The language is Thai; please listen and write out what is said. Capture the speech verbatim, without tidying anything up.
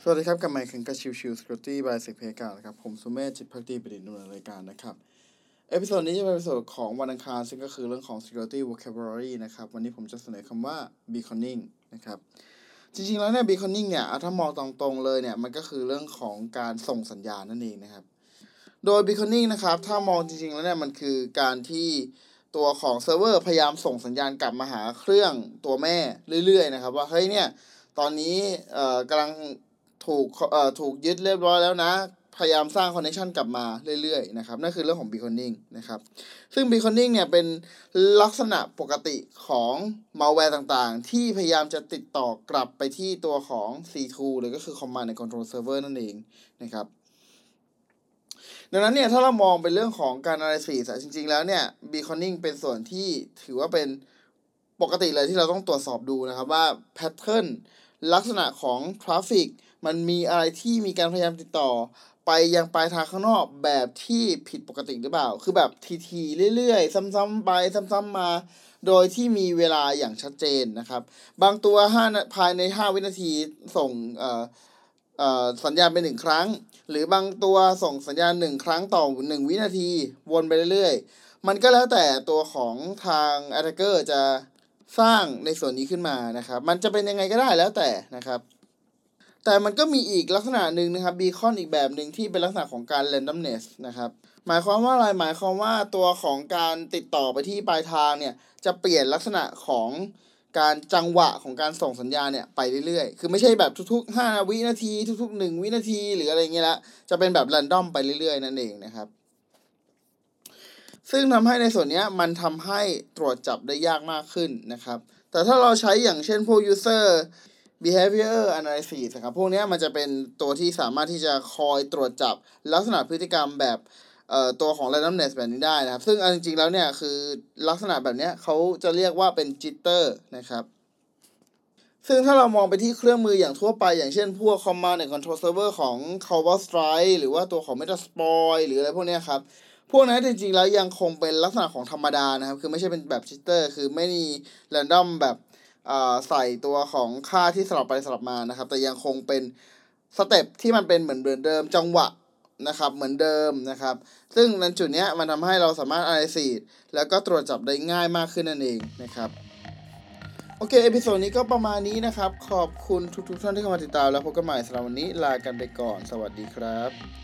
สวัสดีครับกับไมค์คังกับชิวชิว Security by เซกเพกานะครับผมสุเมธจิตภักดีประดิษฐ์ดำเนินรายการนะครับเอพิโซดนี้จะเป็นเอพิโซดของวันอังคารซึ่งก็คือเรื่องของ Security Vocabulary นะครับวันนี้ผมจะเสนอคำว่า Beaconing นะครับจริงๆแล้วเนี่ย Beaconing เนี่ยถ้ามองตรงๆเลยเนี่ยมันก็คือเรื่องของการส่งสัญญาณนั่นเองนะครับโดย Beaconing นะครับถ้ามองจริงๆแล้วเนี่ยมันคือการที่ตัวของเซิร์ฟเวอร์พยายามส่งสัญญาณกลับมาหาเครื่องตัวแม่เรื่อยๆนะครับว่าเฮ้ยเนี่ยตอนนี้เอ่อกำลังถูกเอ่อถูกยึดเรียบร้อยแล้วนะพยายามสร้างคอนเนคชันกลับมาเรื่อยๆนะครับนั่นคือเรื่องของ Beaconing นะครับซึ่ง Beaconing เนี่ยเป็นลักษณะปกติของ malware ต่างๆที่พยายามจะติดต่อกลับไปที่ตัวของ ซี ทู หรือก็คือ Command and Control Server นั่นเองนะครับดังนั้นเนี่ยถ้าเรามองเป็นเรื่องของการ analysis จริงๆแล้วเนี่ย Beaconing เป็นส่วนที่ถือว่าเป็นปกติเลยที่เราต้องตรวจสอบดูนะครับว่า pattern ลักษณะของ traffic มันมีอะไรที่มีการพยายามติดต่อไปยังปลายทางข้างนอกแบบที่ผิดปกติหรือเปล่าคือแบบทีๆเรื่อยๆซ้ำๆไปซ้ำๆมาโดยที่มีเวลาอย่างชัดเจนนะครับบางตัวห้าภายในห้าวินาทีส่งเอ่อเอ่อสัญญาณไปหนึ่งครั้งหรือบางตัวส่งสัญญาณหนึ่งครั้งต่อหนึ่งวินาทีวนไปเรื่อยๆมันก็แล้วแต่ตัวของทาง attacker จะสร้างในส่วนนี้ขึ้นมานะครับมันจะเป็นยังไงก็ได้แล้วแต่นะครับแต่มันก็มีอีกลักษณะหนึ่งนะครับ beacon อีกแบบหนึ่งที่เป็นลักษณะของการ randomness นะครับหมายความว่าอะไรหมายความว่าตัวของการติดต่อไปที่ปลายทางเนี่ยจะเปลี่ยนลักษณะของการจังหวะของการส่งสัญญาณเนี่ยไปเรื่อยๆคือไม่ใช่แบบทุกๆห้าวินาทีทุกๆหนึ่งวินาทีหรืออะไรเงี้ยละจะเป็นแบบ random ไปเรื่อยๆนั่นเองนะครับซึ่งทำให้ในส่วนนี้มันทำให้ตรวจจับได้ยากมากขึ้นนะครับแต่ถ้าเราใช้อย่างเช่นพวก user behavior analysis นะครับพวกนี้มันจะเป็นตัวที่สามารถที่จะคอยตรวจจับลักษณะพฤติกรรมแบบเอ่อตัวของ randomness แบบนี้ได้นะครับซึ่งจริงๆแล้วเนี่ยคือลักษณะแบบนี้เขาจะเรียกว่าเป็น jitter นะครับซึ่งถ้าเรามองไปที่เครื่องมืออย่างทั่วไปอย่างเช่นพวก command and control server ของ CoverStrike หรือว่าตัวของ Metasploit หรืออะไรพวกนี้ครับพวกนั้นจริงๆแล้วยังคงเป็นลักษณะของธรรมดานะครับคือไม่ใช่เป็นแบบ jitter คือไม่มี random แบบใส่ตัวของค่าที่สลับไปสลับมานะครับแต่ยังคงเป็นสเต็ปที่มันเป็นเหมือนเดิมจังหวะนะครับเหมือนเดิมนะครับซึ่งในจุดนี้มันทำให้เราสามารถ analysis แล้วก็ตรวจจับได้ง่ายมากขึ้นนั่นเองนะครับโอเคเอพิโซดนี้ก็ประมาณนี้นะครับขอบคุณทุกๆท่านที่เข้ามาติดตามแล้วพบกันใหม่สำหรับวันนี้ลากันไปก่อนสวัสดีครับ